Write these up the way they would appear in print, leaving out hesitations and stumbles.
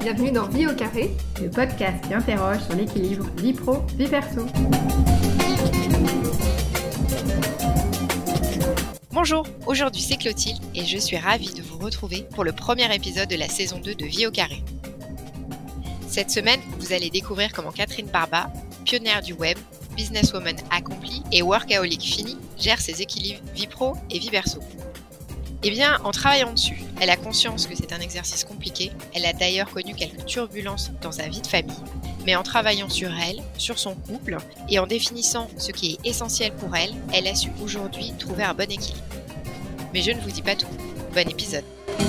bienvenue dans Vie au carré, le podcast qui interroge sur l'équilibre vie pro, vie perso. Bonjour, aujourd'hui c'est Clotilde et je suis ravie de vous retrouver pour le premier épisode de la saison 2 de Vie au carré. Cette semaine, vous allez découvrir comment Catherine Barba, pionnière du web, businesswoman accomplie et workaholic finie, gère ses équilibres vie pro et vie perso. Eh bien, en travaillant dessus, elle a conscience que c'est un exercice compliqué, elle a d'ailleurs connu quelques turbulences dans sa vie de famille, mais en travaillant sur elle, sur son couple, et en définissant ce qui est essentiel pour elle, elle a su aujourd'hui trouver un bon équilibre. Mais je ne vous dis pas tout. Bon épisode.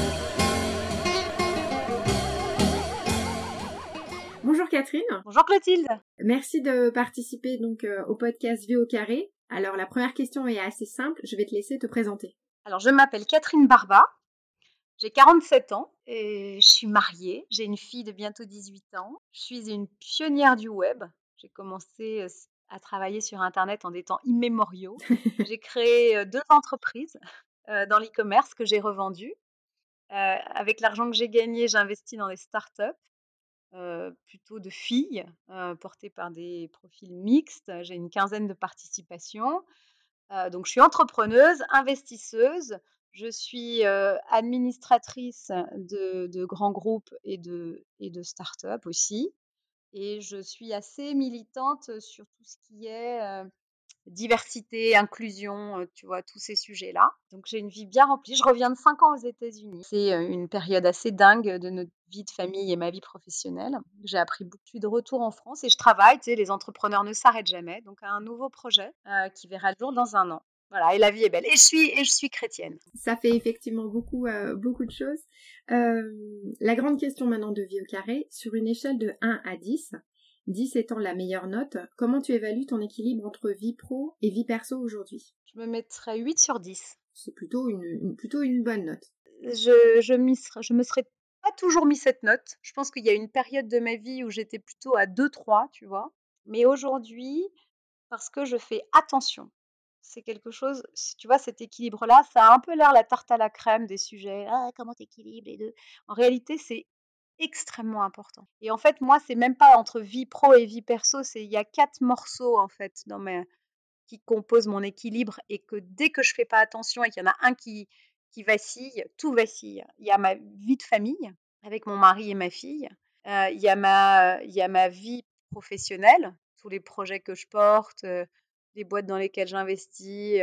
Bonjour Catherine. Bonjour Clotilde. Merci de participer donc au podcast Vie au carré. Alors la première question est assez simple, je vais te laisser te présenter. Alors je m'appelle Catherine Barba, j'ai 47 ans et je suis mariée, j'ai une fille de bientôt 18 ans. Je suis une pionnière du web, j'ai commencé à travailler sur internet en des temps immémoriaux. J'ai créé 2 entreprises dans l'e-commerce que j'ai revendues. Avec l'argent que j'ai gagné, j'ai investi dans des startups. Plutôt de filles, portées par des profils mixtes. J'ai une quinzaine de participations. Donc je suis entrepreneuse, investisseuse, je suis, administratrice de grands groupes et de start-up aussi, et je suis assez militante sur tout ce qui est, diversité, inclusion, tu vois? Tous ces sujets-là. Donc j'ai une vie bien remplie. Je reviens de 5 ans aux États-Unis. C'est, une période assez dingue de notre vie de famille et ma vie professionnelle. J'ai appris beaucoup. Je suis de retour en France et je travaille, tu sais, les entrepreneurs ne s'arrêtent jamais, donc à un nouveau projet, qui verra le jour dans 1 an. Voilà, et la vie est belle. Et je suis chrétienne. Ça fait effectivement beaucoup de choses. La grande question maintenant de Vie au carré, sur une échelle de 1 à 10, 10 étant la meilleure note, comment tu évalues ton équilibre entre vie pro et vie perso aujourd'hui? Je me mettrais 8 sur 10. C'est plutôt une bonne note. Je me serais pas toujours mis cette note. Je pense qu'il y a une période de ma vie où j'étais plutôt à 2-3, tu vois? Mais aujourd'hui, parce que je fais attention, c'est quelque chose, tu vois, cet équilibre-là, ça a un peu l'air la tarte à la crème des sujets. Ah, comment t'équilibres les deux? En réalité, c'est extrêmement important. Et en fait, moi, c'est même pas entre vie pro et vie perso, il y a 4 morceaux, en fait, qui composent mon équilibre, et que dès que je fais pas attention et qu'il y en a un qui vacille, tout vacille. Il y a ma vie de famille avec mon mari et ma fille. Il y a ma vie professionnelle, tous les projets que je porte, les boîtes dans lesquelles j'investis,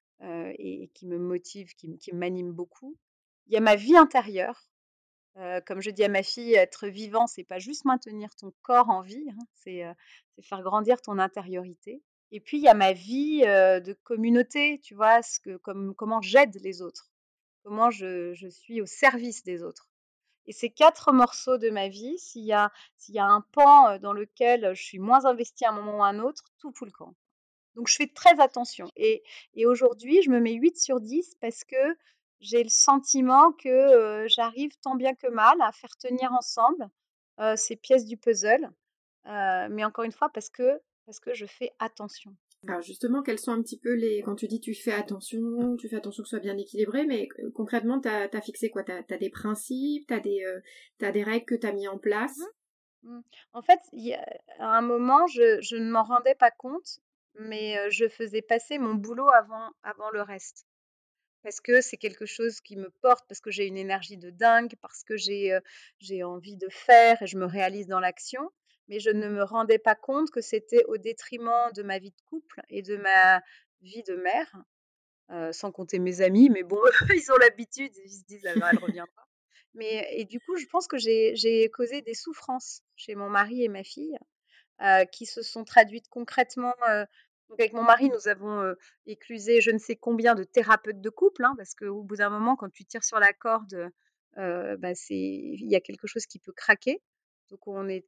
et qui me motivent, qui m'animent beaucoup. Il y a ma vie intérieure. Comme je dis à ma fille, être vivant, c'est pas juste maintenir ton corps en vie, hein, c'est faire grandir ton intériorité. Et puis il y a ma vie, de communauté, tu vois? Comment j'aide les autres, comment je suis au service des autres. Et ces 4 morceaux de ma vie, s'il y a un pan, dans lequel je suis moins investie à un moment ou à un autre, tout fout le camp. Donc je fais très attention, et aujourd'hui, je me mets 8 sur 10 parce que j'ai le sentiment que, j'arrive tant bien que mal à faire tenir ensemble, ces pièces du puzzle, mais encore une fois parce que je fais attention. Alors justement, quels sont un petit peu quand tu dis tu fais attention que ce soit bien équilibré, mais concrètement, t'as fixé quoi? T'as des principes, t'as des règles que t'as mis en place? Mmh. En fait, à un moment, je ne m'en rendais pas compte, mais je faisais passer mon boulot avant le reste. Parce que c'est quelque chose qui me porte, parce que j'ai une énergie de dingue, parce que j'ai envie de faire et je me réalise dans l'action. Mais je ne me rendais pas compte que c'était au détriment de ma vie de couple et de ma vie de mère, sans compter mes amis. Mais bon, ils ont l'habitude, ils se disent: «Elle reviendra». Et du coup, je pense que j'ai causé des souffrances chez mon mari et ma fille, qui se sont traduites concrètement. Donc avec mon mari, nous avons, éclusé je ne sais combien de thérapeutes de couple, hein, parce qu'au bout d'un moment, quand tu tires sur la corde, bah, il y a quelque chose qui peut craquer. Donc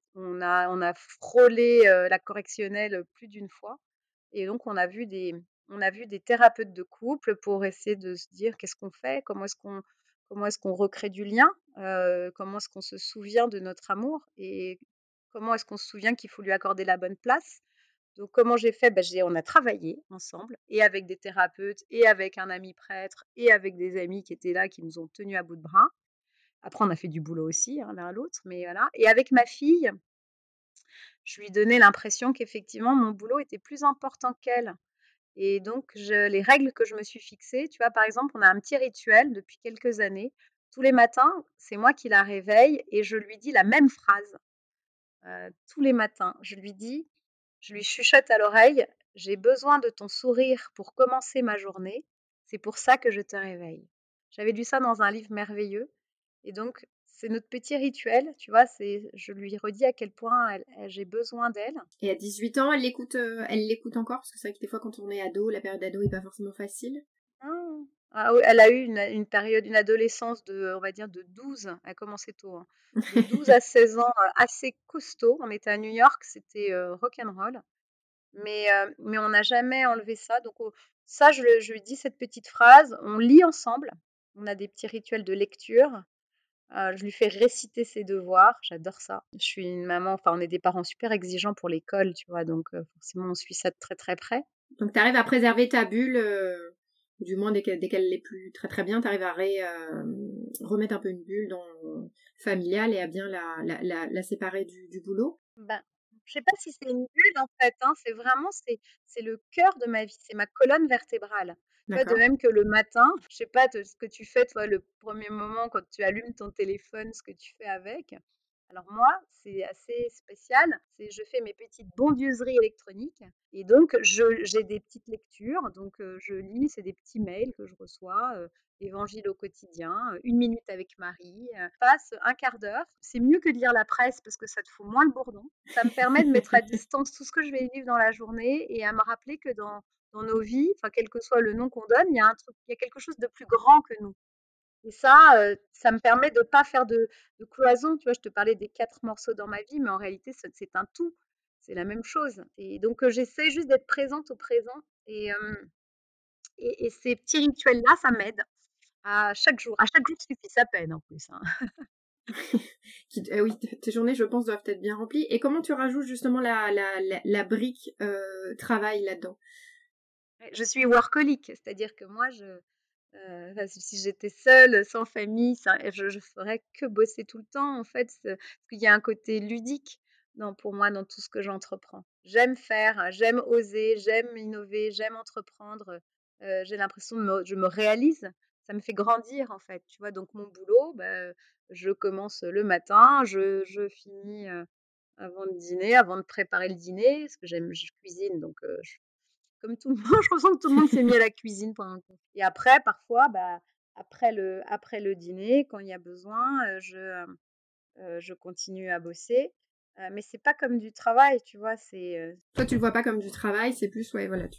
on a frôlé, la correctionnelle plus d'une fois, et donc on a vu des thérapeutes de couple pour essayer de se dire: «Qu'est-ce qu'on fait? Comment est-ce qu'on recrée du lien? Comment est-ce qu'on se souvient de notre amour? Et comment est-ce qu'on se souvient qu'il faut lui accorder la bonne place?» Donc comment j'ai fait? Bah, on a travaillé ensemble, et avec des thérapeutes et avec un ami prêtre et avec des amis qui étaient là, qui nous ont tenus à bout de bras. Après, on a fait du boulot aussi, hein, l'un l'autre, mais voilà. Et avec ma fille, je lui donnais l'impression qu'effectivement, mon boulot était plus important qu'elle. Et donc, les règles que je me suis fixées, tu vois, par exemple, on a un petit rituel depuis quelques années. Tous les matins, c'est moi qui la réveille et je lui dis la même phrase. Tous les matins, je lui chuchote à l'oreille: «J'ai besoin de ton sourire pour commencer ma journée, c'est pour ça que je te réveille». J'avais lu ça dans un livre merveilleux et donc c'est notre petit rituel, tu vois? Je lui redis à quel point j'ai besoin d'elle. Et à 18 ans, elle l'écoute encore parce que c'est vrai que des fois quand on est ado, la période ado est pas forcément facile. Ah! Ah oui, elle a eu une période, une adolescence de, on va dire de 12, elle a commencé tôt, hein, de 12 à 16 ans, assez costaud. On était à New York, c'était, rock and roll. Mais on n'a jamais enlevé ça, donc ça je lui dis cette petite phrase, on lit ensemble, on a des petits rituels de lecture, je lui fais réciter ses devoirs, j'adore ça. Je suis une maman, enfin on est des parents super exigeants pour l'école, tu vois? Donc forcément on suit ça de très, très près. Donc tu arrives à préserver ta bulle, du moins dès qu'elle l'est plus très très bien, tu arrives à remettre un peu une bulle familiale et à bien la séparer du boulot. Ben, je sais pas si c'est une bulle en fait, hein, c'est le cœur de ma vie, c'est ma colonne vertébrale. Tu vois, de D'accord. même que le matin, je sais pas ce que tu fais toi le premier moment quand tu allumes ton téléphone, ce que tu fais avec. Alors moi, c'est assez spécial, je fais mes petites bondieuseries électroniques et donc j'ai des petites lectures, donc je lis, c'est des petits mails que je reçois, Évangile au quotidien, 1 minute avec Marie, passe un quart d'heure. C'est mieux que de lire la presse parce que ça te fout moins le bourdon. Ça me permet de mettre à distance tout ce que je vais vivre dans la journée et à me rappeler que dans nos vies, enfin quel que soit le nom qu'on donne, il y a quelque chose de plus grand que nous. Et ça me permet de pas faire de cloison. Tu vois, je te parlais des 4 morceaux dans ma vie, mais en réalité, c'est un tout. C'est la même chose. Et donc, j'essaie juste d'être présente au présent et ces petits rituels-là, ça m'aide à chaque jour. À chaque jour suffit sa peine en plus, hein. Oui, tes journées, je pense, doivent être bien remplies. Et comment tu rajoutes justement la brique travail là-dedans? Ouais, je suis workaholic, c'est-à-dire que moi, enfin, si j'étais seule, sans famille, je ferais que bosser tout le temps, en fait, parce qu'il y a un côté ludique pour moi, dans tout ce que j'entreprends. J'aime faire, j'aime oser, j'aime innover, j'aime entreprendre. J'ai l'impression je me réalise, ça me fait grandir, en fait, tu vois. Donc mon boulot, bah, je commence le matin, je finis avant le dîner, avant de préparer le dîner, parce que je cuisine, donc comme tout le monde, je ressens que tout le monde s'est mis à la cuisine pendant le confinement. Et après, parfois, bah, après le dîner, quand il y a besoin, je continue à bosser. Mais c'est pas comme du travail, tu vois, Toi, tu le vois pas comme du travail, c'est plus, ouais, voilà,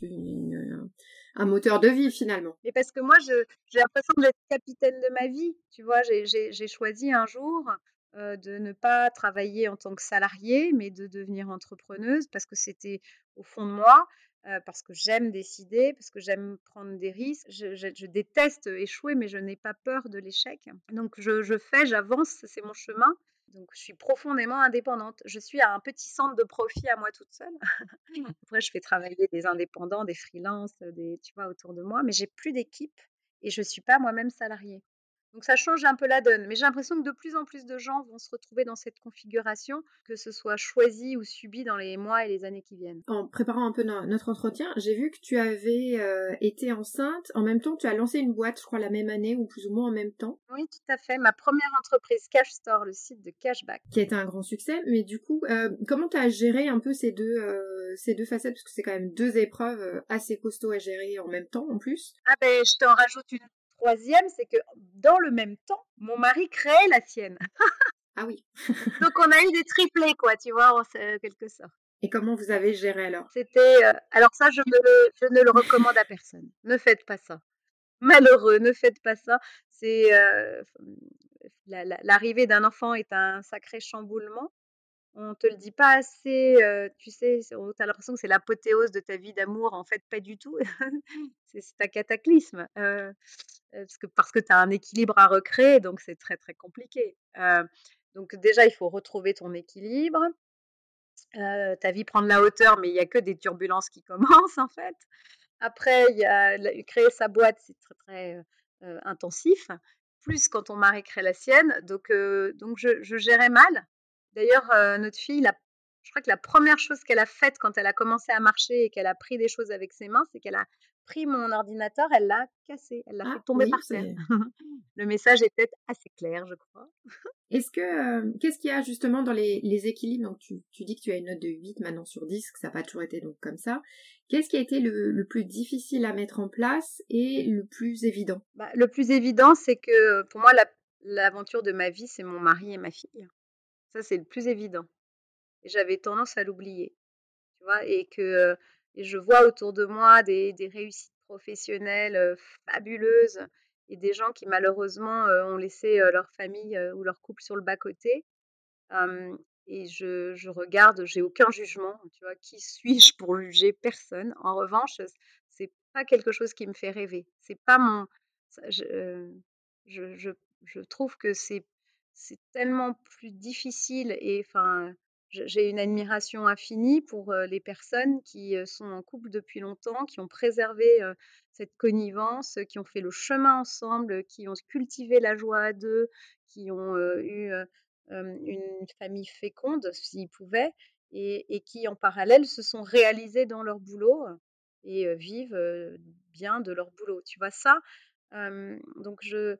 un moteur de vie finalement. mais parce que moi, j'ai l'impression d'être capitaine de ma vie, tu vois? J'ai choisi un jour, de ne pas travailler en tant que salariée, mais de devenir entrepreneuse parce que c'était au fond de moi, parce que j'aime décider, parce que j'aime prendre des risques. Je déteste échouer, mais je n'ai pas peur de l'échec. Donc je fais, j'avance, c'est mon chemin. Donc je suis profondément indépendante. Je suis à un petit centre de profit à moi toute seule. Après, je fais travailler des indépendants, des freelances, tu vois, autour de moi, mais j'ai plus d'équipe et je suis pas moi-même salariée. Donc ça change un peu la donne, mais j'ai l'impression que de plus en plus de gens vont se retrouver dans cette configuration, que ce soit choisi ou subi dans les mois et les années qui viennent. En préparant un peu notre entretien, j'ai vu que tu avais été enceinte. En même temps, tu as lancé une boîte, je crois, la même année ou plus ou moins en même temps, Oui, tout à fait. Ma première entreprise Cash Store, le site de cashback. qui a été un grand succès. Mais du coup, comment tu as géré un peu ces deux facettes? Parce que c'est quand même deux épreuves assez costauds à gérer en même temps, en plus. Ah ben, je t'en rajoute une troisième, c'est que dans le même temps, mon mari créait la sienne. Ah oui. Donc on a eu des triplés, quoi, tu vois, en quelque sorte. Et comment vous avez géré alors? C'était, alors ça, je ne le recommande à personne. Ne faites pas ça. Malheureux, ne faites pas ça. L'arrivée d'un enfant est un sacré chamboulement. On te le dit pas assez, tu sais, tu as l'impression que c'est l'apothéose de ta vie d'amour. En fait, pas du tout. C'est un cataclysme, parce que tu as un équilibre à recréer, donc c'est très, très compliqué. Donc déjà, il faut retrouver ton équilibre. Ta vie prend de la hauteur, mais il y a que des turbulences qui commencent, en fait. Après, il y a créer sa boîte, c'est très, très, intensif. plus quand ton mari crée la sienne. Donc je gérais mal. D'ailleurs, notre fille, je crois que la première chose qu'elle a faite quand elle a commencé à marcher et qu'elle a pris des choses avec ses mains, c'est qu'elle a pris mon ordinateur, elle l'a cassé, elle l'a fait Ah tomber oui, par terre. c'est. Le message était assez clair, je crois. Est-ce que qu'est-ce qu'il y a justement dans les équilibres? Donc tu dis que tu as une note de 8 maintenant sur 10, que ça n'a pas toujours été donc comme ça. Qu'est-ce qui a été le plus difficile à mettre en place et le plus évident? Bah, le plus évident, c'est que pour moi, l'aventure de ma vie, c'est mon mari et ma fille. Ça, c'est le plus évident. Et j'avais tendance à l'oublier, tu vois, et je vois autour de moi des réussites professionnelles fabuleuses et des gens qui malheureusement ont laissé leur famille ou leur couple sur le bas-côté. Hem et je regarde, j'ai aucun jugement, tu vois? Qui suis-je pour juger? Personne. En revanche, c'est pas quelque chose qui me fait rêver. C'est pas mon ça je je je trouve que c'est tellement plus difficile et enfin, j'ai une admiration infinie pour, les personnes qui, sont en couple depuis longtemps, qui ont préservé, cette connivence, qui ont fait le chemin ensemble, qui ont cultivé la joie à 2, qui ont, eu, une famille féconde s'ils pouvaient et qui en parallèle se sont réalisés dans leur boulot et vivent, bien de leur boulot. Tu vois ça? Donc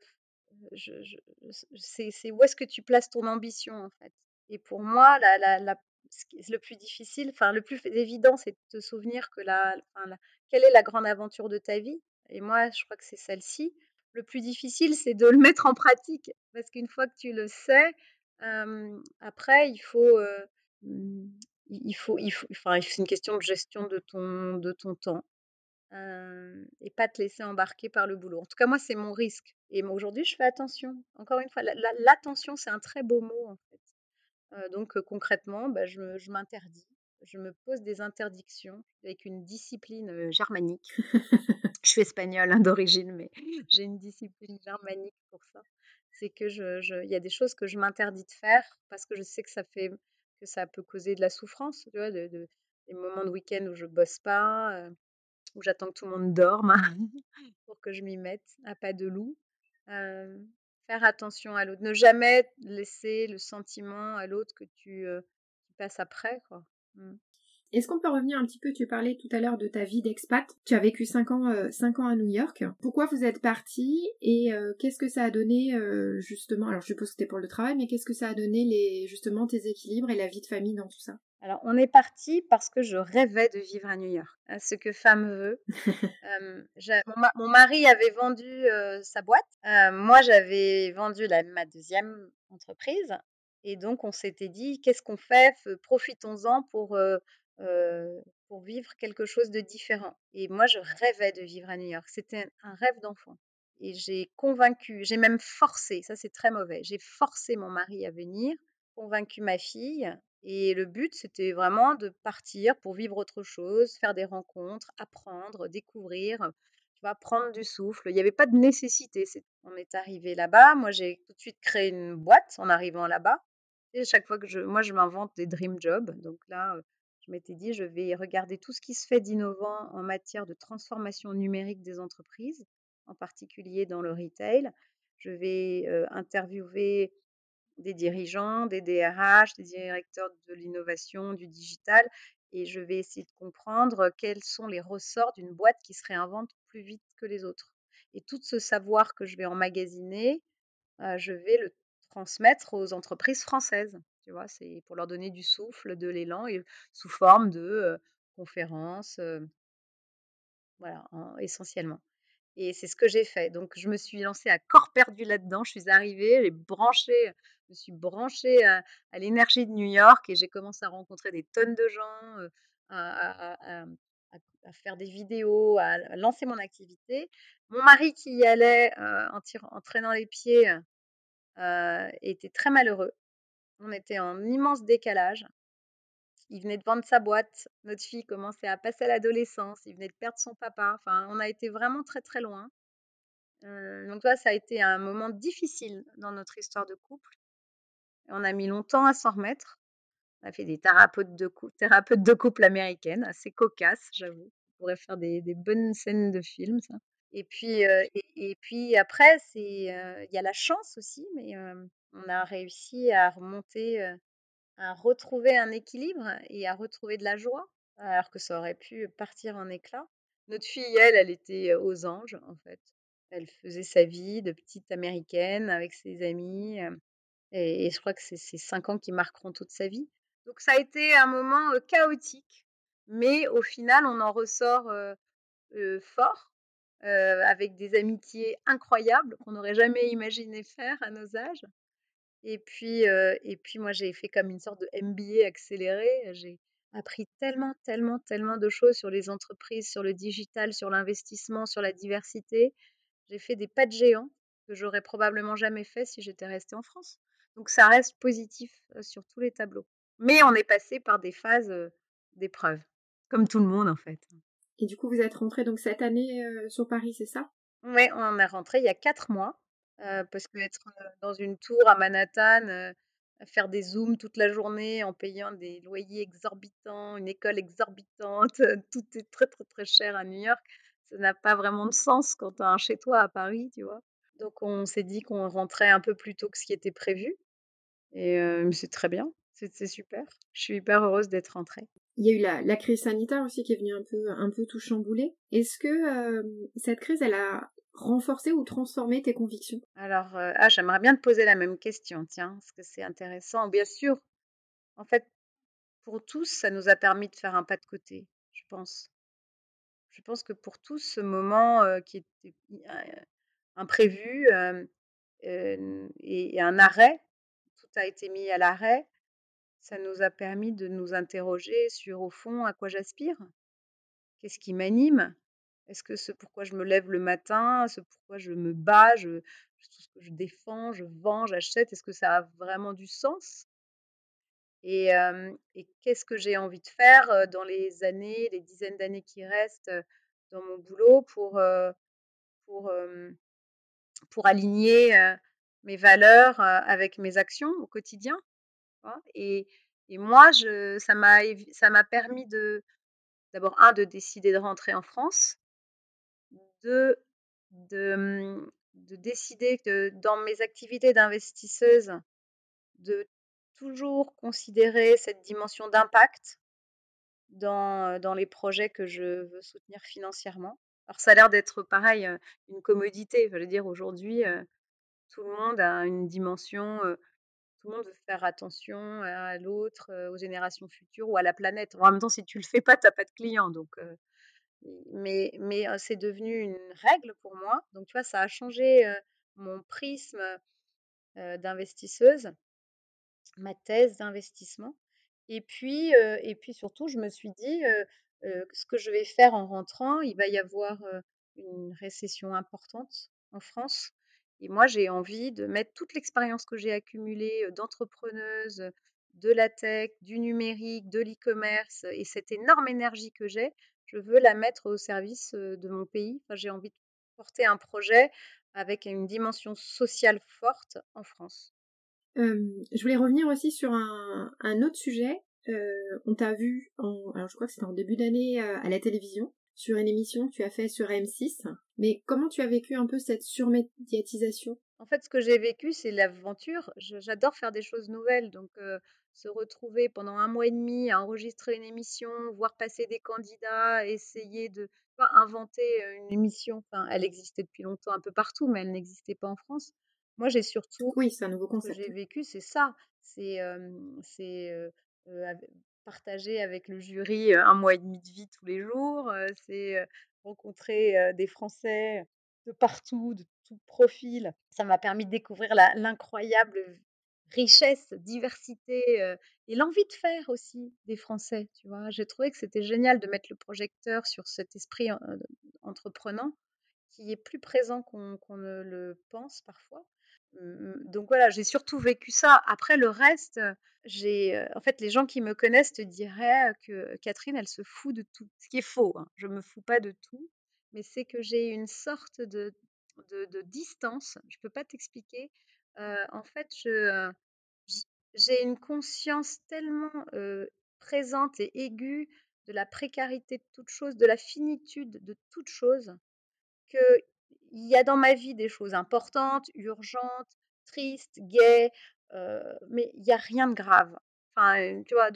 je c'est où est-ce que tu places ton ambition, en fait? Et pour moi, la ce qui le plus difficile, enfin le plus évident, c'est de te souvenir que quelle est la grande aventure de ta vie? Et moi, je crois que c'est celle-ci. Le plus difficile, c'est de le mettre en pratique parce qu'une fois que tu le sais, après mmh, il faut enfin, c'est une question de gestion de ton temps. Et pas te laisser embarquer par le boulot. En tout cas, moi, c'est mon risque et moi, aujourd'hui, je fais attention. Encore une fois, l'attention, c'est un très beau mot, en fait. Donc concrètement, bah, je m'interdis. Je me pose des interdictions avec une discipline, germanique. Je suis espagnole, hein, d'origine, mais j'ai une discipline germanique pour ça. C'est que il y a des choses que je m'interdis de faire parce que je sais que ça peut causer de la souffrance, tu vois? Des moments de week-end où je bosse pas, où j'attends que tout le monde dorme pour que je m'y mette à pas de loup. Faire attention à l'autre, ne jamais laisser le sentiment à l'autre que tu passes après, quoi. Mmh. Est-ce qu'on peut revenir un petit peu, tu parlais tout à l'heure de ta vie d'expat. Tu as vécu 5 ans à New York. Pourquoi vous êtes parti et qu'est-ce que ça a donné justement, alors je suppose que c'était pour le travail, mais qu'est-ce que ça a donné justement tes équilibres et la vie de famille dans tout ça? Alors on est parti parce que je rêvais de vivre à New York, ce que femme veut. J'a mon mari avait vendu, sa boîte. Moi, j'avais vendu ma deuxième entreprise et donc on s'était dit: «Qu'est-ce qu'on fait? Profitons-en pour vivre quelque chose de différent» et moi, je rêvais de vivre à New York. C'était un rêve d'enfant et j'ai même forcé, ça c'est très mauvais, j'ai forcé mon mari à venir, convaincu ma fille et le but, c'était vraiment de partir pour vivre autre chose, faire des rencontres, apprendre, découvrir, tu vois, prendre du souffle. Il n'y avait pas de nécessité. On est arrivé là-bas. Moi, j'ai tout de suite créé une boîte en arrivant là-bas. Et chaque fois moi, je m'invente des dream jobs. Donc là, je m'étais dit, je vais regarder tout ce qui se fait d'innovant en matière de transformation numérique des entreprises, en particulier dans le retail. Je vais interviewer des dirigeants, des DRH, des directeurs de l'innovation, du digital et je vais essayer de comprendre quels sont les ressorts d'une boîte qui se réinvente plus vite que les autres. Et tout ce savoir que je vais emmagasiner, je vais le transmettre aux entreprises françaises. Tu vois, c'est pour leur donner du souffle, de l'élan et sous forme de conférences, voilà, essentiellement. Et c'est ce que j'ai fait. Donc, je me suis lancée à corps perdu là-dedans. Je suis arrivée, je me suis branchée à l'énergie de New York et j'ai commencé à rencontrer des tonnes de gens, à faire des vidéos, à lancer mon activité. Mon mari qui y allait en traînant les pieds était très malheureux. On était en immense décalage. Il venait de vendre sa boîte. Notre fille commençait à passer à l'adolescence. Il venait de perdre son papa. Enfin, on a été vraiment très très loin. Donc toi, ça a été un moment difficile dans notre histoire de couple. On a mis longtemps à s'en remettre. On a fait des thérapeutes de couple américaines, assez cocasses, j'avoue. On pourrait faire des bonnes scènes de film, ça. Et puis après, il y a la chance aussi, mais on a réussi à remonter, à retrouver un équilibre et à retrouver de la joie, alors que ça aurait pu partir en éclats. Notre fille, elle était aux anges, en fait. Elle faisait sa vie de petite américaine avec ses amis, et je crois que c'est ces 5 ans qui marqueront toute sa vie. Donc ça a été un moment, chaotique, mais au final, on en ressort, fort, avec des amitiés incroyables qu'on n'aurait jamais imaginé faire à nos âges. Et puis moi, j'ai fait comme une sorte de MBA accéléré. J'ai appris tellement, tellement, tellement de choses sur les entreprises, sur le digital, sur l'investissement, sur la diversité. J'ai fait des pas de géant que j'aurais probablement jamais fait si j'étais restée en France. Donc ça reste positif, sur tous les tableaux. Mais on est passé par des phases, d'épreuves, comme tout le monde en fait. Et du coup, vous êtes rentrée donc cette année sur Paris, c'est ça? Ouais, on est rentré il y a 4 mois, parce qu'être, dans une tour à Manhattan, à faire des zooms toute la journée en payant des loyers exorbitants, une école exorbitante, tout est très, très, très cher à New York. Ça n'a pas vraiment de sens quand tu as un chez toi à Paris, tu vois? Donc on s'est dit qu'on rentrait un peu plus tôt que ce qui était prévu et c'est très bien, c'est super. Je suis hyper heureuse d'être rentrée. Il y a eu la crise sanitaire aussi qui est venue un peu tout chambouler. Est-ce que cette crise, elle a renforcé ou transformé tes convictions? Alors, j'aimerais bien te poser la même question, tiens, parce que c'est intéressant. Bien sûr, en fait, pour tous, ça nous a permis de faire un pas de côté, je pense. Je pense que pour tous, ce moment, qui était imprévu, et un arrêt, tout a été mis à l'arrêt, ça nous a permis de nous interroger sur, au fond, à quoi j'aspire? Qu'est-ce qui m'anime? Est-ce que ce pourquoi je me lève le matin, ce pourquoi je me bats, tout ce que je défends, je vends, j'achète, est-ce que ça a vraiment du sens? Et qu'est-ce que j'ai envie de faire, dans les années, les dizaines d'années qui restent, dans mon boulot pour, pour aligner, mes valeurs, avec mes actions au quotidien, tu vois? Et moi, je ça m'a permis d'abord de décider de rentrer en France, 2 de décider que dans mes activités d'investisseuse, de toujours considérer cette dimension d'impact dans les projets que je veux soutenir financièrement. Alors ça a l'air d'être pareil, une commodité. Enfin, je veux dire aujourd'hui, tout le monde a une dimension, tout le monde veut faire attention à l'autre, aux générations futures ou à la planète. En même temps, si tu le fais pas, tu as pas de clients donc mais c'est devenu une règle pour moi. Donc tu vois, ça a changé, mon prisme, d'investisseuse, ma thèse d'investissement. Et puis surtout, je me suis dit, ce que je vais faire en rentrant, il va y avoir, une récession importante en France et moi, j'ai envie de mettre toute l'expérience que j'ai accumulée, d'entrepreneuse, de la tech, du numérique, de l'e-commerce et cette énorme énergie que j'ai, je veux la mettre au service, de mon pays. Enfin, j'ai envie de porter un projet avec une dimension sociale forte en France. Je voulais revenir aussi sur un autre sujet. On t'a vu, alors je crois que c'était en début d'année à la télévision, sur une émission que tu as fait sur M6. Mais comment tu as vécu un peu cette surmédiatisation? En fait, ce que j'ai vécu, c'est l'aventure. J'adore faire des choses nouvelles, donc se retrouver pendant 1 mois et demi à enregistrer une émission, voir passer des candidats, essayer de pas inventer, une émission. Enfin, elle existait depuis longtemps un peu partout, mais elle n'existait pas en France. Moi, j'ai surtout Oui, c'est un nouveau ce que concept. j'ai vécu, c'est ça. C'est, ave partager avec le jury, 1 mois et demi de vie tous les jours, c'est, rencontrer, des Français de partout, de tout profil. Ça m'a permis de découvrir l'incroyable richesse, diversité, et l'envie de faire aussi des Français, tu vois? J'ai trouvé que c'était génial de mettre le projecteur sur cet esprit entreprenant qui est plus présent qu'on ne le pense parfois. Donc voilà, j'ai surtout vécu ça. Après le reste, en fait, les gens qui me connaissent te diraient que Catherine, elle se fout de tout. Ce qui est faux, hein, je me fous pas de tout, mais c'est que j'ai une sorte de distance, je peux pas t'expliquer. En fait, j j'ai une conscience tellement, présente et aiguë de la précarité de toute chose, de la finitude de toute chose que il y a dans ma vie des choses importantes, urgentes, tristes, gaies, mais il y a rien de grave. Enfin, tu vois?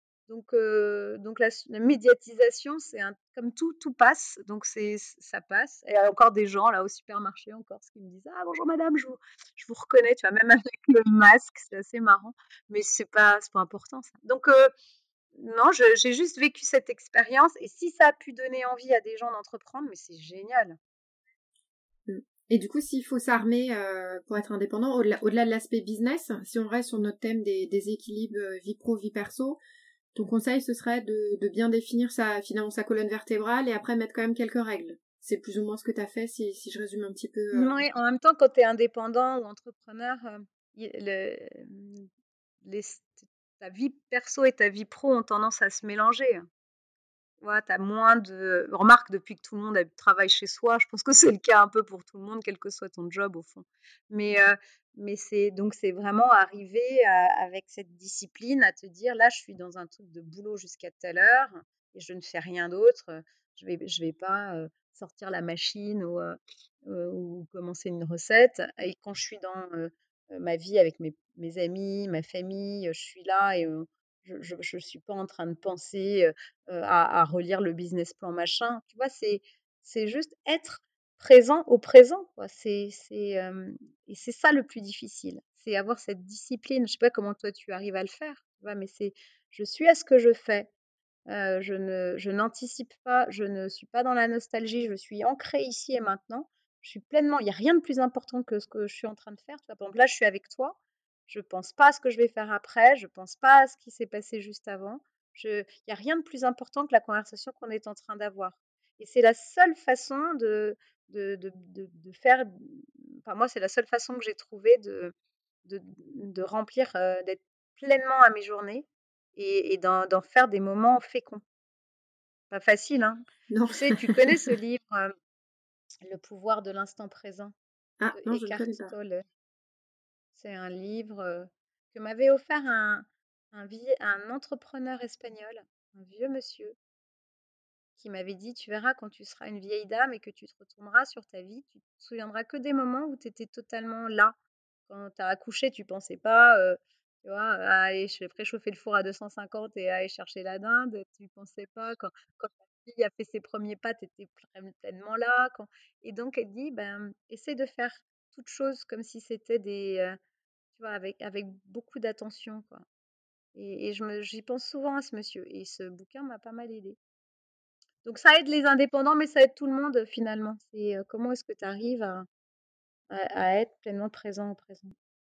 Donc la médiatisation, c'est un comme tout passe, donc ça passe. Et il y a encore des gens là au supermarché encore qui me disent: «Ah bonjour madame, je vous reconnais», tu vois? Même avec le masque, c'est assez marrant, mais c'est pas important ça. Donc non, j'ai juste vécu cette expérience et si ça a pu donner envie à des gens d'entreprendre, mais c'est génial. Mm. Et du coup, s'il faut s'armer pour être indépendant, au-delà de l'aspect business, si on reste sur notre thème des équilibres vie pro, vie perso, ton conseil, ce serait de bien définir finalement sa colonne vertébrale et après mettre quand même quelques règles. C'est plus ou moins ce que tu as fait si je résume un petit peu. Oui, en même temps, quand tu es indépendant ou entrepreneur, y les ta vie perso et ta vie pro ont tendance à se mélanger. Ouais, tu as moins de remarque depuis que tout le monde travaille chez soi, je pense que c'est le cas un peu pour tout le monde, quel que soit ton job au fond. Mais, c'est vraiment arriver avec cette discipline à te dire: «Là, je suis dans un truc de boulot jusqu'à telle heure et je ne fais rien d'autre, je vais pas, sortir la machine ou commencer une recette» et quand je suis dans, ma vie avec mes amis, ma famille, je suis là et je suis pas en train de penser, à relire le business plan machin, tu vois? C'est juste être présent au présent, quoi. Et c'est ça le plus difficile, c'est avoir cette discipline. Je sais pas comment toi tu arrives à le faire, tu vois? Mais c'est je suis à ce que je fais, je n'anticipe pas, je ne suis pas dans la nostalgie, je suis ancrée ici et maintenant. Je suis pleinement il y a rien de plus important que ce que je suis en train de faire, tu vois? Par exemple, là, je suis avec toi, je pense pas à ce que je vais faire après, je pense pas à ce qui s'est passé juste avant. Il y a rien de plus important que la conversation qu'on est en train d'avoir et c'est la seule façon de faire enfin moi, c'est la seule façon que j'ai trouvé de remplir, d'être pleinement à mes journées et d'en faire des moments féconds. Pas facile, hein. Non. Tu sais, tu connais ce livre, Le pouvoir de l'instant présent Ah de non, je ne Eckhart connais pas. Tolle? C'est un livre, que m'avait offert un entrepreneur espagnol, un vieux monsieur qui m'avait dit: «Tu verras quand tu seras une vieille dame et que tu te retourneras sur ta vie, tu te souviendras que des moments où tu étais totalement là. Quand tu as accouché, tu pensais pas, tu vois, à aller préchauffer le four à 250 et à aller chercher la dinde. Tu pensais pas quand ta fille a fait ses premiers pas, tu étais pleinement là, et donc elle dit: «Ben, essaie de faire toutes choses comme si c'était tu vois, avec beaucoup d'attention, quoi». Et j'y pense souvent à ce monsieur et ce bouquin m'a pas mal aidée. Donc ça aide les indépendants, mais ça aide tout le monde, finalement. C'est, comment est-ce que tu arrives à être pleinement présent au présent?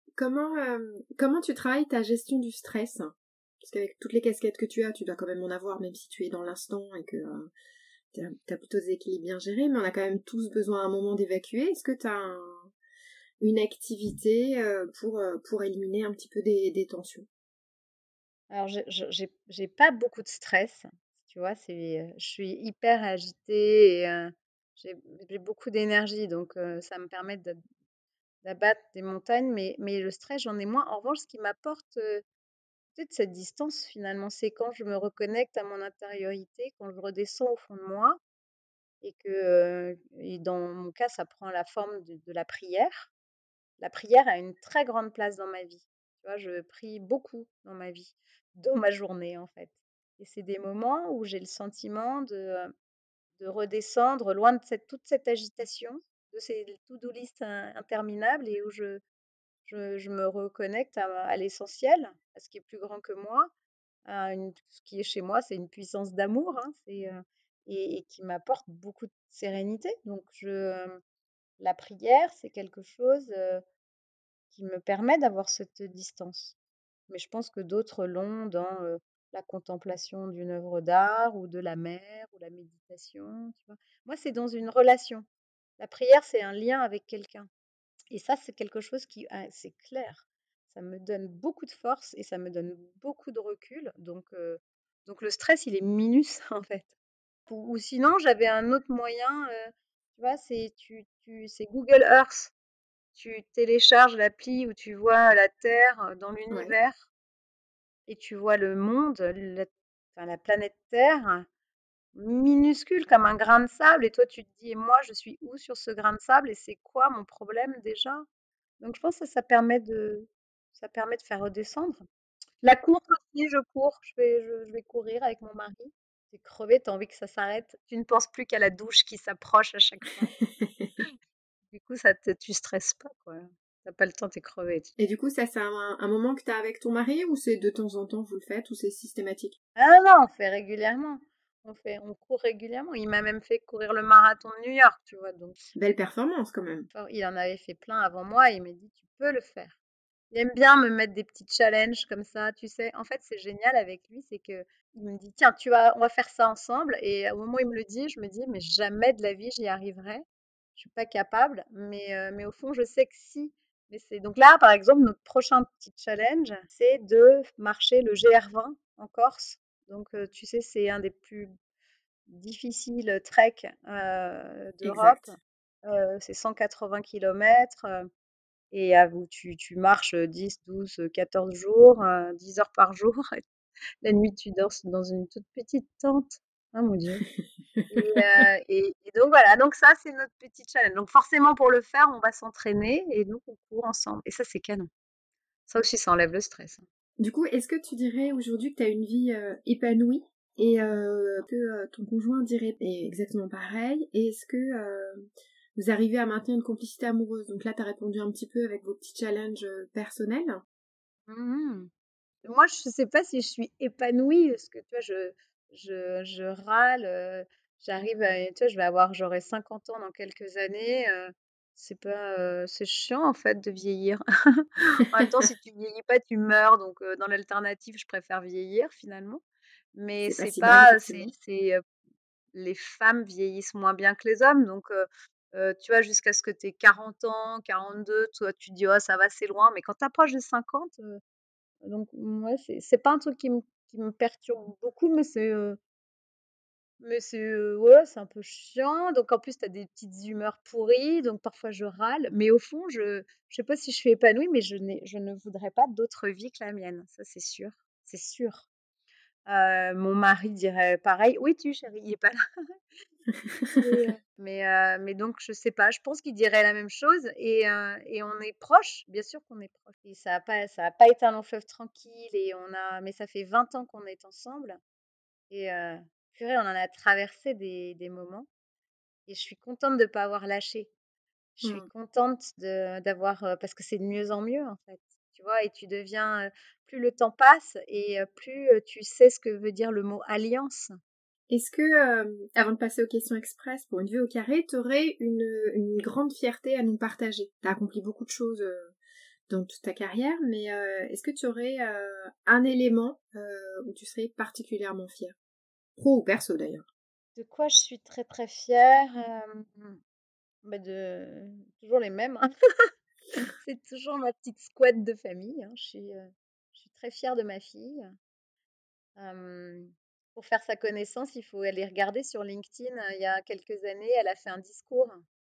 Comment tu travailles ta gestion du stress? Parce qu'avec toutes les casquettes que tu dois quand même en avoir, même si tu es dans l'instant et que t'as plutôt des équilibres bien gérés, mais on a quand même tous besoin à un moment d'évacuer. Est-ce que une activité pour éliminer un petit peu des tensions? Alors j'ai pas beaucoup de stress, tu vois? Je suis hyper agitée et j'ai j'ai beaucoup d'énergie donc ça me permet d'abattre des montagnes mais le stress, j'en ai moins. En revanche, ce qui m'apporte, peut-être cette distance finalement, c'est quand je me reconnecte à mon intériorité, quand je redescends au fond de moi et et dans mon cas, ça prend la forme de la prière. La prière a une très grande place dans ma vie. Tu vois, je prie beaucoup dans ma vie, dans ma journée en fait. Et c'est des moments où j'ai le sentiment de redescendre loin de toute cette agitation, de ces to-do list interminables et où je me reconnecte à l'essentiel, à ce qui est plus grand que moi, ce qui est chez moi, c'est une puissance d'amour, hein, et qui m'apporte beaucoup de sérénité. Donc la prière, c'est quelque chose qui me permet d'avoir cette distance. Mais je pense que d'autres l'ont dans, la contemplation d'une œuvre d'art ou de la mer ou la méditation, tu vois? Moi, c'est dans une relation. La prière, c'est un lien avec quelqu'un et ça, c'est quelque chose c'est clair, ça me donne beaucoup de force et ça me donne beaucoup de recul donc le stress, il est minus, en fait. Ou sinon, j'avais un autre moyen, tu vois? C'est Google Earth. Tu télécharges l'appli où tu vois la Terre dans Ouais. l'univers et tu vois le monde, enfin, la planète Terre minuscule comme un grain de sable et toi tu te dis: «Et moi je suis où sur ce grain de sable et c'est quoi mon problème déjà?» Donc je pense que ça permet de faire redescendre. La course aussi, je cours, je vais courir avec mon mari. Tu es crevé, tu as envie que ça s'arrête. Tu ne penses plus qu'à la douche qui s'approche à chaque fois. Du coup, tu stresses pas, quoi. T'as pas le temps, tu es crevé. Et du coup, ça, c'est un moment que tu as avec ton mari ou c'est de temps en temps vous le faites ou c'est systématique? Ah non, on fait régulièrement. On court régulièrement. Il m'a même fait courir le marathon de New York, tu vois. Donc, Belle performance quand même. il en avait fait plein avant moi et il m'a dit, tu peux le faire. Il aime bien me mettre des petits challenges comme ça, tu sais. En fait, c'est génial avec lui, c'est que il me dit, tiens, on va faire ça ensemble. Et au moment où il me le dit, je me dis, mais jamais de la vie j'y arriverai. Je suis pas capable. Mais au fond, je sais que si. Mais c'est donc là, par exemple, notre prochain petit challenge, c'est de marcher le GR20 en Corse. Donc, tu sais, c'est un des plus difficiles treks d'Europe. Exact. C'est 180 kilomètres. Et où tu marches 10, 12, 14 jours, 10 heures par jour. Et la nuit, tu dors dans une toute petite tente. Ah mon Dieu. Et donc voilà, donc ça, c'est notre petit challenge. Donc forcément, pour le faire, on va s'entraîner et donc on court ensemble. Et ça, c'est canon. Ça aussi, ça enlève le stress, hein. Du coup, est-ce que tu dirais aujourd'hui que tu as une vie épanouie et que ton conjoint dirait exactement pareil? Et est-ce que vous arrivez à maintenir une complicité amoureuse? Donc là, tu as répondu un petit peu avec vos petits challenges personnels. Mhm. Moi, je sais pas si je suis épanouie parce que tu vois, je râle. J'arrive à, tu vois, j'aurai 50 ans dans quelques années. C'est pas, c'est chiant en fait de vieillir. En même temps, si tu vieillis pas, tu meurs. Donc, dans l'alternative, je préfère vieillir finalement. Mais C'est pas c'est si mal, pas, effectivement. les femmes vieillissent moins bien que les hommes. Donc, tu vois, jusqu'à ce que tu aies 40 ans, 42, toi, tu te dis, oh, ça va, c'est loin. Mais quand tu approches des 50, donc, ouais, c'est pas un truc qui me perturbe beaucoup, mais ouais, c'est un peu chiant. Donc, en plus, tu as des petites humeurs pourries. Donc, parfois, je râle. Mais au fond, je sais pas si je suis épanouie, mais je ne voudrais pas d'autre vie que la mienne. Ça, c'est sûr. C'est sûr. Mon mari dirait pareil. Oui, chérie, il est pas là. Mais donc, je sais pas. Je pense qu'il dirait la même chose. Et on est proches. Bien sûr qu'on est proches. Et ça a pas été un long fleuve tranquille. Mais ça fait 20 ans qu'on est ensemble. Et purée, on en a traversé des moments. Et je suis contente de ne pas avoir lâché. Je suis Hmm. contente d'avoir, parce que c'est de mieux en mieux, en fait. Tu vois, et tu deviens, plus le temps passe et plus tu sais ce que veut dire le mot alliance. Est-ce que, avant de passer aux questions express pour une vue au carré, tu aurais une grande fierté à nous partager? Tu as accompli beaucoup de choses dans toute ta carrière, mais est-ce que tu aurais un élément où tu serais particulièrement fière? Pro ou perso d'ailleurs. De quoi je suis très très fière? Bah toujours les mêmes, hein. C'est toujours ma petite squad de famille, hein. Je suis très fière de ma fille. Pour faire sa connaissance, il faut aller regarder sur LinkedIn. Il y a quelques années, elle a fait un discours.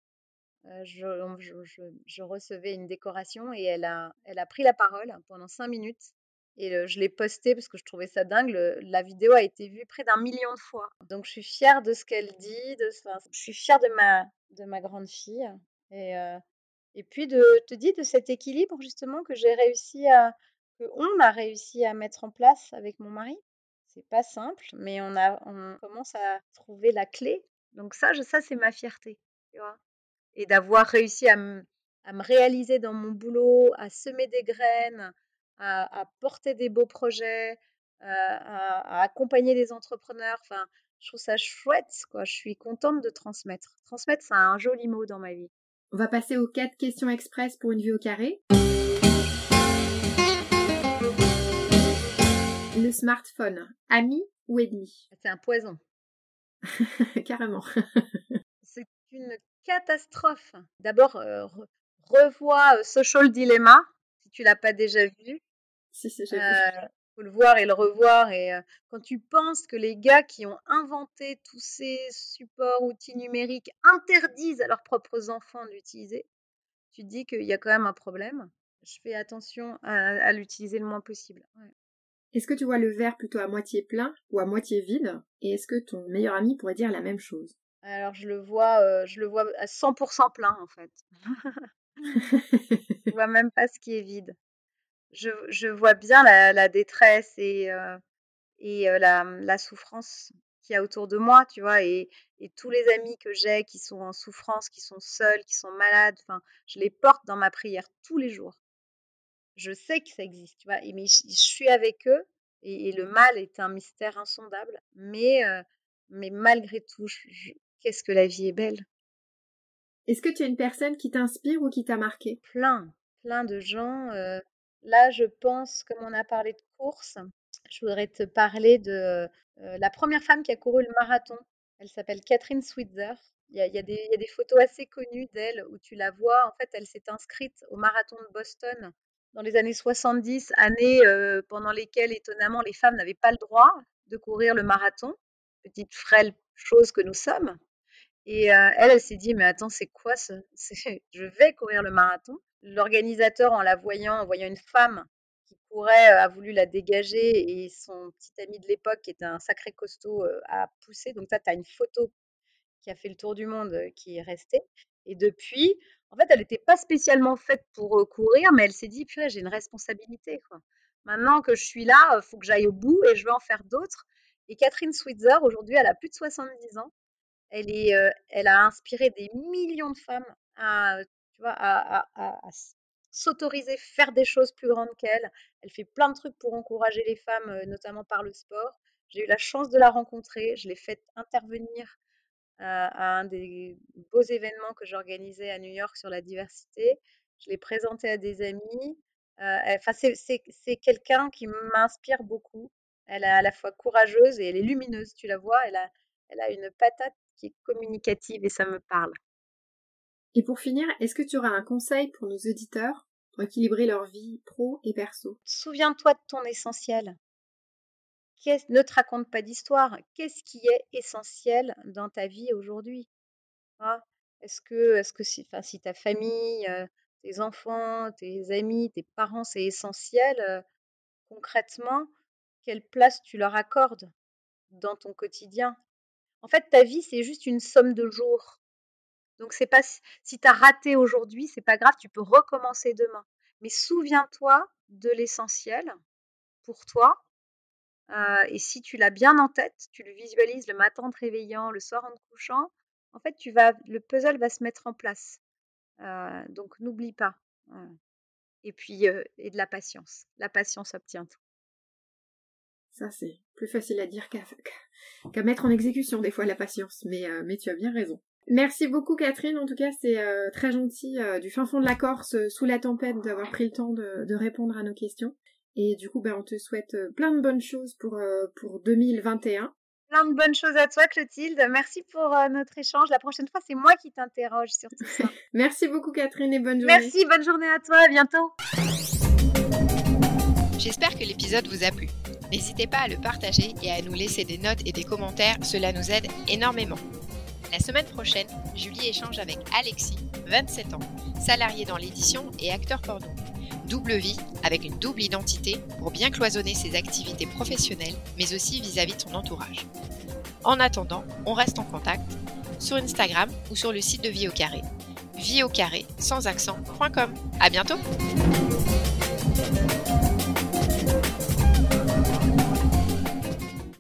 Je recevais une décoration et elle a pris la parole pendant 5 minutes. Et je l'ai posté parce que je trouvais ça dingue. La vidéo a été vue près d'1 million de fois. Donc je suis fière de ce qu'elle dit. Enfin, je suis fière de ma grande fille. Et, euh, et puis te dire de cet équilibre justement que on a réussi à mettre en place avec mon mari. C'est pas simple, mais on commence à trouver la clé. Donc ça c'est ma fierté, tu vois. Et d'avoir réussi à me réaliser dans mon boulot, à semer des graines, à porter des beaux projets, à accompagner des entrepreneurs. Enfin, je trouve ça chouette, quoi. Je suis contente de transmettre. Transmettre, c'est un joli mot dans ma vie. On va passer aux 4 questions express pour une vue au carré. Le smartphone, ami ou ennemi? C'est un poison. Carrément. C'est une catastrophe. D'abord, revois Social Dilemma, si tu l'as pas déjà vu. Si, j'ai vu. Faut le voir et le revoir. Et quand tu penses que les gars qui ont inventé tous ces supports, outils numériques interdisent à leurs propres enfants d'utiliser, tu te dis qu'il y a quand même un problème. Je fais attention à l'utiliser le moins possible. Ouais. Est-ce que tu vois le verre plutôt à moitié plein ou à moitié vide? Et est-ce que ton meilleur ami pourrait dire la même chose? Alors je le vois à 100% plein en fait. Je vois même pas ce qui est vide. Je vois bien la détresse et la souffrance qu'il y a autour de moi, tu vois, et tous les amis que j'ai qui sont en souffrance, qui sont seuls, qui sont malades, enfin, je les porte dans ma prière tous les jours. Je sais que ça existe, tu vois, mais je suis avec eux et le mal est un mystère insondable, mais malgré tout, qu'est-ce que la vie est belle. Est-ce que tu as une personne qui t'inspire ou qui t'a marqué? Plein de gens. Là, je pense, comme on a parlé de course, je voudrais te parler de la première femme qui a couru le marathon. Elle s'appelle Catherine Switzer. Il y a des photos assez connues d'elle où tu la vois. En fait, elle s'est inscrite au marathon de Boston dans les années 70, années pendant lesquelles, étonnamment, les femmes n'avaient pas le droit de courir le marathon. Petite frêle chose que nous sommes. Et elle s'est dit: «Mais attends, c'est quoi ce je vais courir le marathon». L'organisateur, en voyant une femme qui courait, a voulu la dégager et son petit ami de l'époque, qui était un sacré costaud, a poussé. Donc ça, tu as une photo qui a fait le tour du monde, qui est restée. Et depuis, en fait, elle n'était pas spécialement faite pour, courir, mais elle s'est dit: «Purée, j'ai une responsabilité, quoi. Maintenant que je suis là, faut que j'aille au bout et je veux en faire d'autres». Et Catherine Switzer, aujourd'hui, elle a plus de 70 ans. Elle a inspiré des millions de femmes à, tu vois, à s'autoriser, faire des choses plus grandes qu'elle. Elle fait plein de trucs pour encourager les femmes, notamment par le sport. J'ai eu la chance de la rencontrer. Je l'ai faite intervenir à un des beaux événements que j'organisais à New York sur la diversité. Je l'ai présentée à des amis. Enfin, c'est quelqu'un qui m'inspire beaucoup. Elle est à la fois courageuse et elle est lumineuse. Tu la vois, elle a une patate qui est communicative et ça me parle. Et pour finir, est-ce que tu auras un conseil pour nos auditeurs pour équilibrer leur vie pro et perso? Souviens-toi de ton essentiel. Ne te raconte pas d'histoire. Qu'est-ce qui est essentiel dans ta vie aujourd'hui? Ah, est-ce que si ta famille, tes enfants, tes amis, tes parents, c'est essentiel, concrètement, quelle place tu leur accordes dans ton quotidien? En fait, ta vie, c'est juste une somme de jours. Donc c'est pas si tu as raté aujourd'hui, c'est pas grave, tu peux recommencer demain. Mais souviens-toi de l'essentiel pour toi, et si tu l'as bien en tête, tu le visualises le matin en te réveillant, le soir en te couchant, en fait, le puzzle va se mettre en place. Donc n'oublie pas. Et puis, et de la patience. La patience obtient tout. Ça, c'est plus facile à dire qu'à mettre en exécution des fois la patience, mais tu as bien raison. Merci beaucoup Catherine, en tout cas c'est très gentil du fin fond de la Corse, sous la tempête, d'avoir pris le temps de répondre à nos questions. Et du coup, on te souhaite plein de bonnes choses pour 2021. Plein de bonnes choses à toi, Clotilde. Merci pour notre échange. La prochaine fois, c'est moi qui t'interroge sur tout ça. Merci beaucoup Catherine et bonne journée. Merci, bonne journée à toi. À bientôt. J'espère que l'épisode vous a plu. N'hésitez pas à le partager et à nous laisser des notes et des commentaires, cela nous aide énormément. La semaine prochaine, Julie échange avec Alexis, 27 ans, salarié dans l'édition et acteur porno. Double vie avec une double identité pour bien cloisonner ses activités professionnelles, mais aussi vis-à-vis de son entourage. En attendant, on reste en contact sur Instagram ou sur le site de Vie au Carré, vieaucarré sans accent.com. À bientôt!